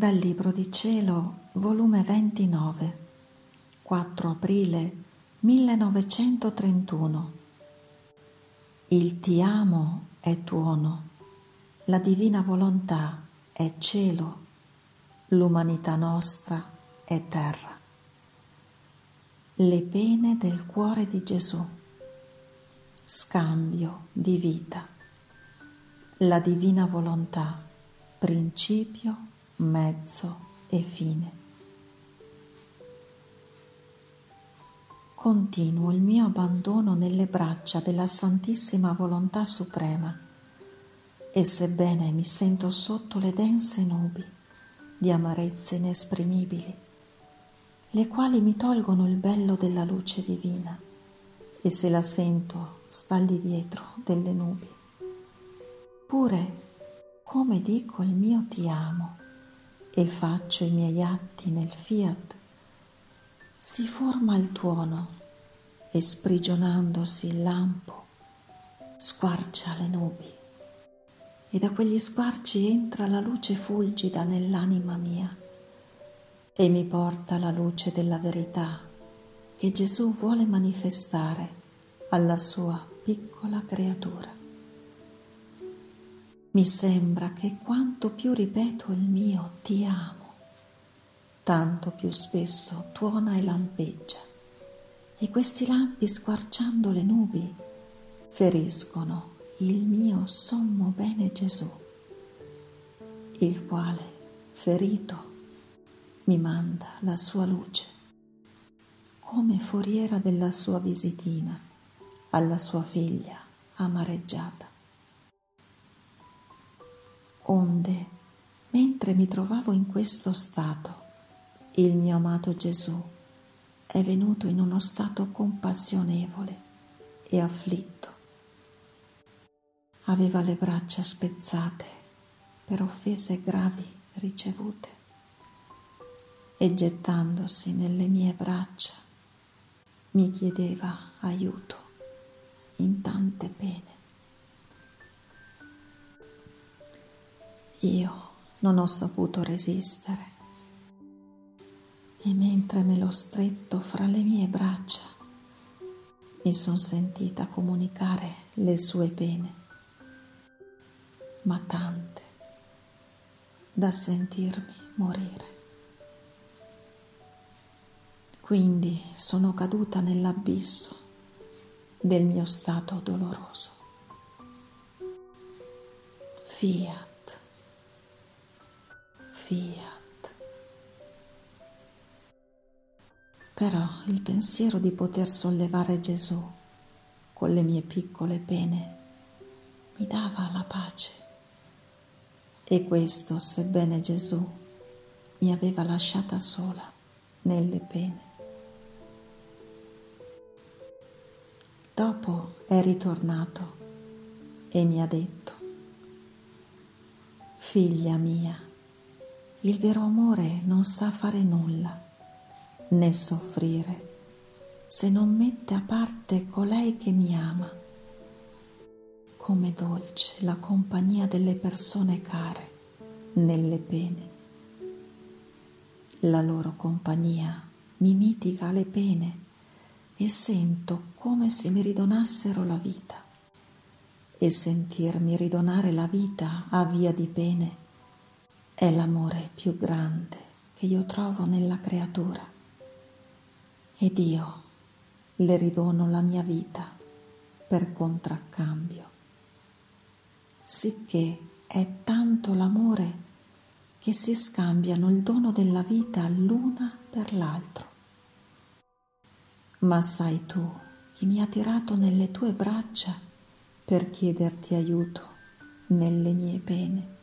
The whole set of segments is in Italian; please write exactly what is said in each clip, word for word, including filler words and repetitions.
Dal Libro di Cielo, volume ventinove, quattro aprile millenovecentotrentuno. Il ti amo è tuono, la divina volontà è cielo, l'umanità nostra è terra. Le pene del cuore di Gesù, scambio di vita, la divina volontà, principio, mezzo e fine. Continuo il mio abbandono nelle braccia della Santissima Volontà Suprema e sebbene mi sento sotto le dense nubi di amarezze inesprimibili, le quali mi tolgono il bello della luce divina, e se la sento stargli dietro delle nubi, pure come dico il mio ti amo e faccio i miei atti nel fiat, si forma il tuono e sprigionandosi il lampo squarcia le nubi, e da quegli squarci entra la luce fulgida nell'anima mia e mi porta la luce della verità che Gesù vuole manifestare alla sua piccola creatura. Mi sembra che quanto più ripeto il mio ti amo, tanto più spesso tuona e lampeggia, e questi lampi, squarciando le nubi, feriscono il mio sommo bene Gesù, il quale, ferito, mi manda la sua luce, come foriera della sua visitina alla sua figlia amareggiata. Onde, mentre mi trovavo in questo stato, il mio amato Gesù è venuto in uno stato compassionevole e afflitto. Aveva le braccia spezzate per offese gravi ricevute e gettandosi nelle mie braccia mi chiedeva aiuto in tante pene. Io non ho saputo resistere e mentre me l'ho stretto fra le mie braccia mi son sentita comunicare le sue pene, ma tante da sentirmi morire. Quindi sono caduta nell'abisso del mio stato doloroso. Fiat, fiat. Però il pensiero di poter sollevare Gesù con le mie piccole pene mi dava la pace, e questo sebbene Gesù mi aveva lasciata sola nelle pene. Dopo è ritornato e mi ha detto: figlia mia, il vero amore non sa fare nulla né soffrire se non mette a parte colei che mi ama. Come dolce la compagnia delle persone care nelle pene. La loro compagnia mi mitiga le pene e sento come se mi ridonassero la vita, e sentirmi ridonare la vita a via di pene è l'amore più grande che io trovo nella creatura, ed io le ridono la mia vita per contraccambio, sicché è tanto l'amore che si scambiano il dono della vita l'una per l'altro. Ma sai tu chi mi ha tirato nelle tue braccia per chiederti aiuto nelle mie pene?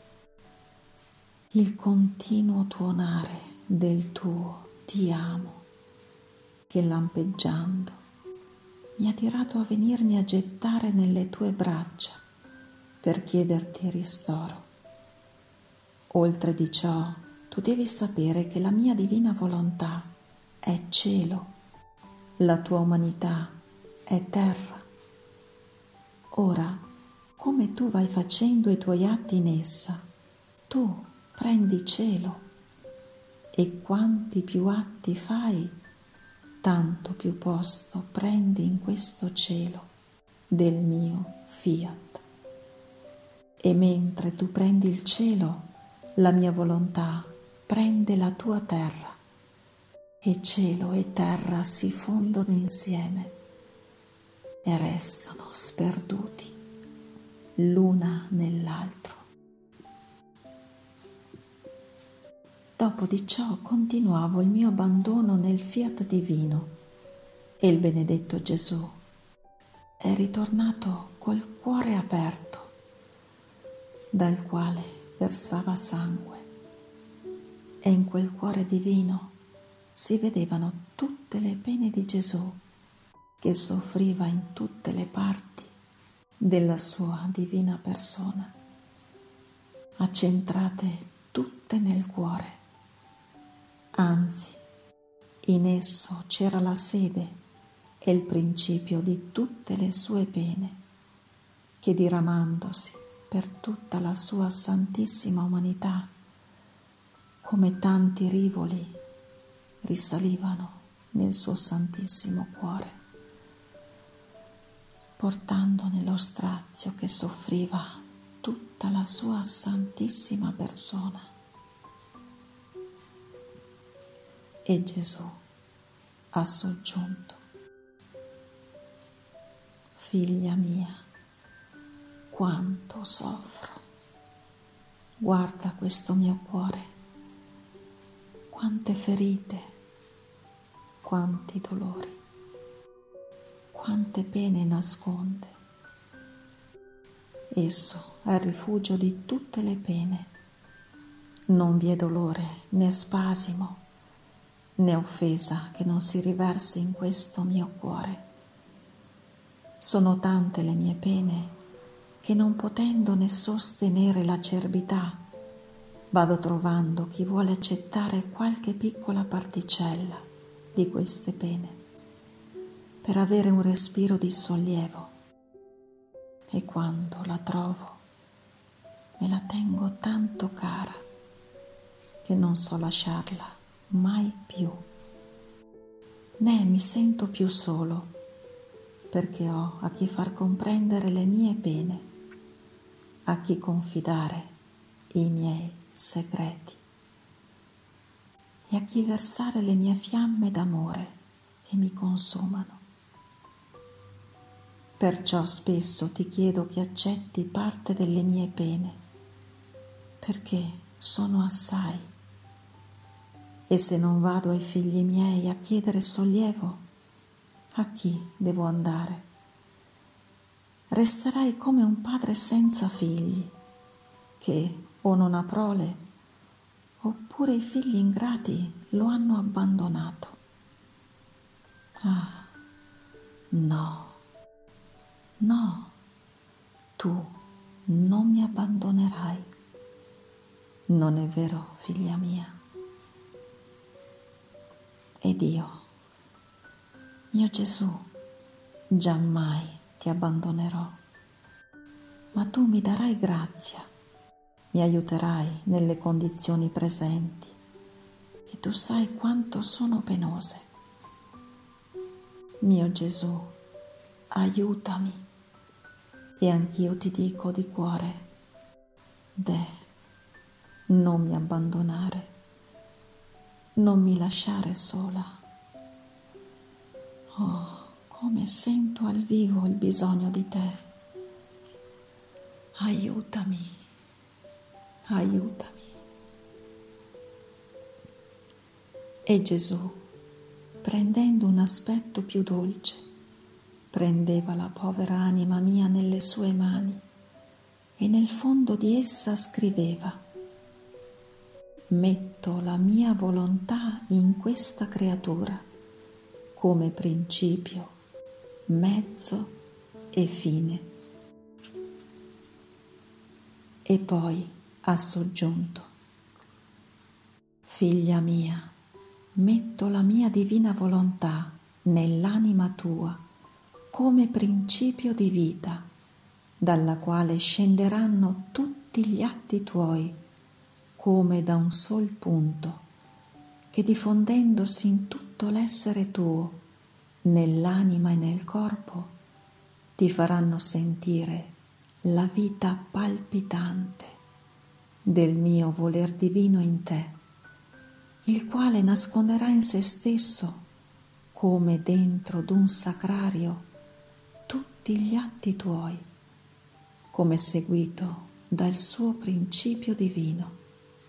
Il continuo tuonare del tuo ti amo, che lampeggiando mi ha tirato a venirmi a gettare nelle tue braccia per chiederti ristoro. Oltre di ciò, tu devi sapere che la mia divina volontà è cielo, la tua umanità è terra. Ora, come tu vai facendo i tuoi atti in essa, tu prendi cielo, e quanti più atti fai, tanto più posto prendi in questo cielo del mio fiat. E mentre tu prendi il cielo, la mia volontà prende la tua terra, e cielo e terra si fondono insieme e restano sperduti l'una nell'altro. Dopo di ciò continuavo il mio abbandono nel fiat divino, e il benedetto Gesù è ritornato col cuore aperto, dal quale versava sangue, e in quel cuore divino si vedevano tutte le pene di Gesù che soffriva in tutte le parti della sua divina persona, accentrate tutte nel cuore. Anzi, in esso c'era la sede e il principio di tutte le sue pene, che diramandosi per tutta la sua santissima umanità, come tanti rivoli, risalivano nel suo santissimo cuore, portando nello strazio che soffriva tutta la sua santissima persona. E Gesù ha soggiunto: figlia mia, quanto soffro, guarda questo mio cuore, quante ferite, quanti dolori, quante pene nasconde. Esso è il rifugio di tutte le pene, non vi è dolore né spasimo né offesa che non si riversi in questo mio cuore. Sono tante le mie pene che, non potendone sostenere l'acerbità, vado trovando chi vuole accettare qualche piccola particella di queste pene per avere un respiro di sollievo, e quando la trovo me la tengo tanto cara che non so lasciarla mai più, né mi sento più solo, perché ho a chi far comprendere le mie pene, a chi confidare i miei segreti e a chi versare le mie fiamme d'amore che mi consumano. Perciò spesso ti chiedo che accetti parte delle mie pene, perché sono assai. E se non vado ai figli miei a chiedere sollievo, a chi devo andare? Resterai come un padre senza figli, che o non ha prole, oppure i figli ingrati lo hanno abbandonato. Ah, no, no, tu non mi abbandonerai. Non è vero, figlia mia? Ed io, mio Gesù, giammai ti abbandonerò, ma tu mi darai grazia, mi aiuterai nelle condizioni presenti, e tu sai quanto sono penose. Mio Gesù, aiutami, e anch'io ti dico di cuore: deh, non mi abbandonare, non mi lasciare sola. Oh, come sento al vivo il bisogno di te. Aiutami, aiutami. E Gesù, prendendo un aspetto più dolce, prendeva la povera anima mia nelle sue mani e nel fondo di essa scriveva: metto la mia volontà in questa creatura come principio, mezzo e fine. E poi ha soggiunto: figlia mia, metto la mia divina volontà nell'anima tua come principio di vita, dalla quale scenderanno tutti gli atti tuoi come da un sol punto, che diffondendosi in tutto l'essere tuo, nell'anima e nel corpo, ti faranno sentire la vita palpitante del mio voler divino in te, il quale nasconderà in se stesso, come dentro d'un sacrario, tutti gli atti tuoi, come seguito dal suo principio divino.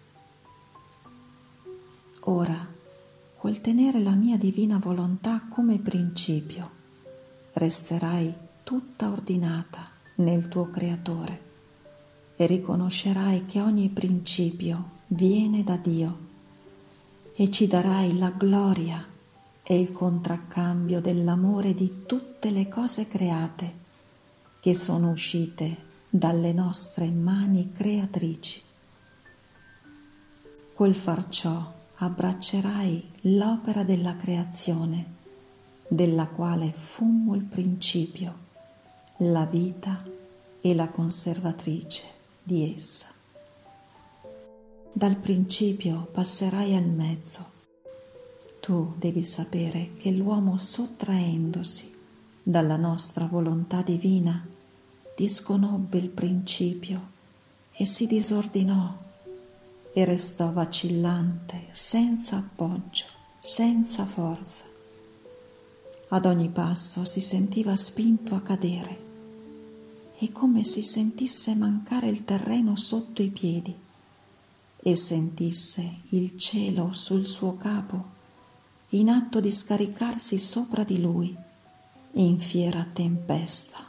Ora, col tenere la mia divina volontà come principio, resterai tutta ordinata nel tuo Creatore e riconoscerai che ogni principio viene da Dio e ci darai la gloria e il contraccambio dell'amore di tutte le cose create che sono uscite dalle nostre mani creatrici. Col far ciò abbraccerai l'opera della creazione, della quale fummo il principio, la vita e la conservatrice di essa. Dal principio passerai al mezzo. Tu devi sapere che l'uomo, sottraendosi dalla nostra volontà divina, disconobbe il principio e si disordinò e restò vacillante, senza appoggio, senza forza. Ad ogni passo si sentiva spinto a cadere e come si sentisse mancare il terreno sotto i piedi e sentisse il cielo sul suo capo in atto di scaricarsi sopra di lui in fiera tempesta.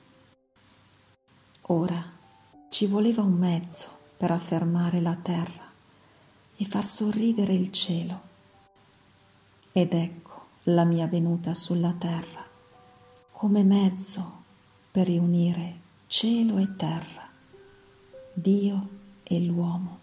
Ora ci voleva un mezzo per affermare la terra e far sorridere il cielo. Ed ecco la mia venuta sulla terra come mezzo per riunire cielo e terra, Dio e l'uomo.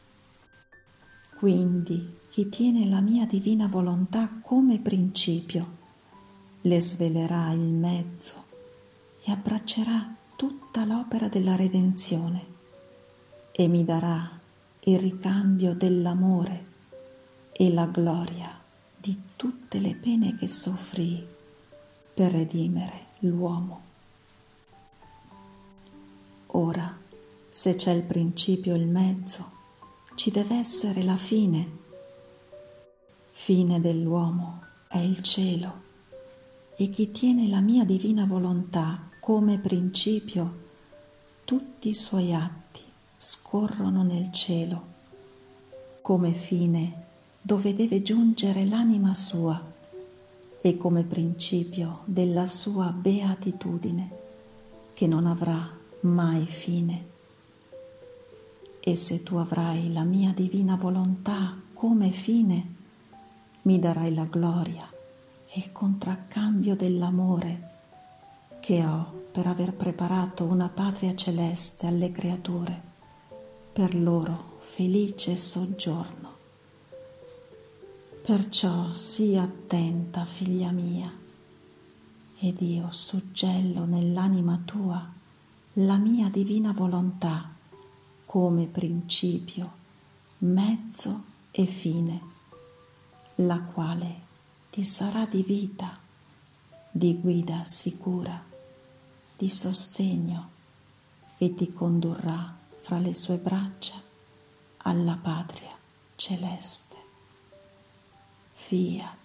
Quindi chi tiene la mia divina volontà come principio le svelerà il mezzo e abbraccerà tutta l'opera della redenzione e mi darà il ricambio dell'amore e la gloria di tutte le pene che soffrii per redimere l'uomo. Ora, se c'è il principio e il mezzo, ci deve essere la fine. Fine dell'uomo è il cielo, e chi tiene la mia divina volontà come principio, tutti i suoi atti scorrono nel cielo, come fine dove deve giungere l'anima sua e come principio della sua beatitudine, che non avrà mai fine. E se tu avrai la mia divina volontà come fine, mi darai la gloria e il contraccambio dell'amore che ho per aver preparato una patria celeste alle creature, per loro felice soggiorno. Perciò sii attenta, figlia mia, ed io suggello nell'anima tua la mia divina volontà come principio, mezzo e fine, la quale ti sarà di vita, di guida sicura, di sostegno e ti condurrà fra le sue braccia alla patria celeste. Fiat.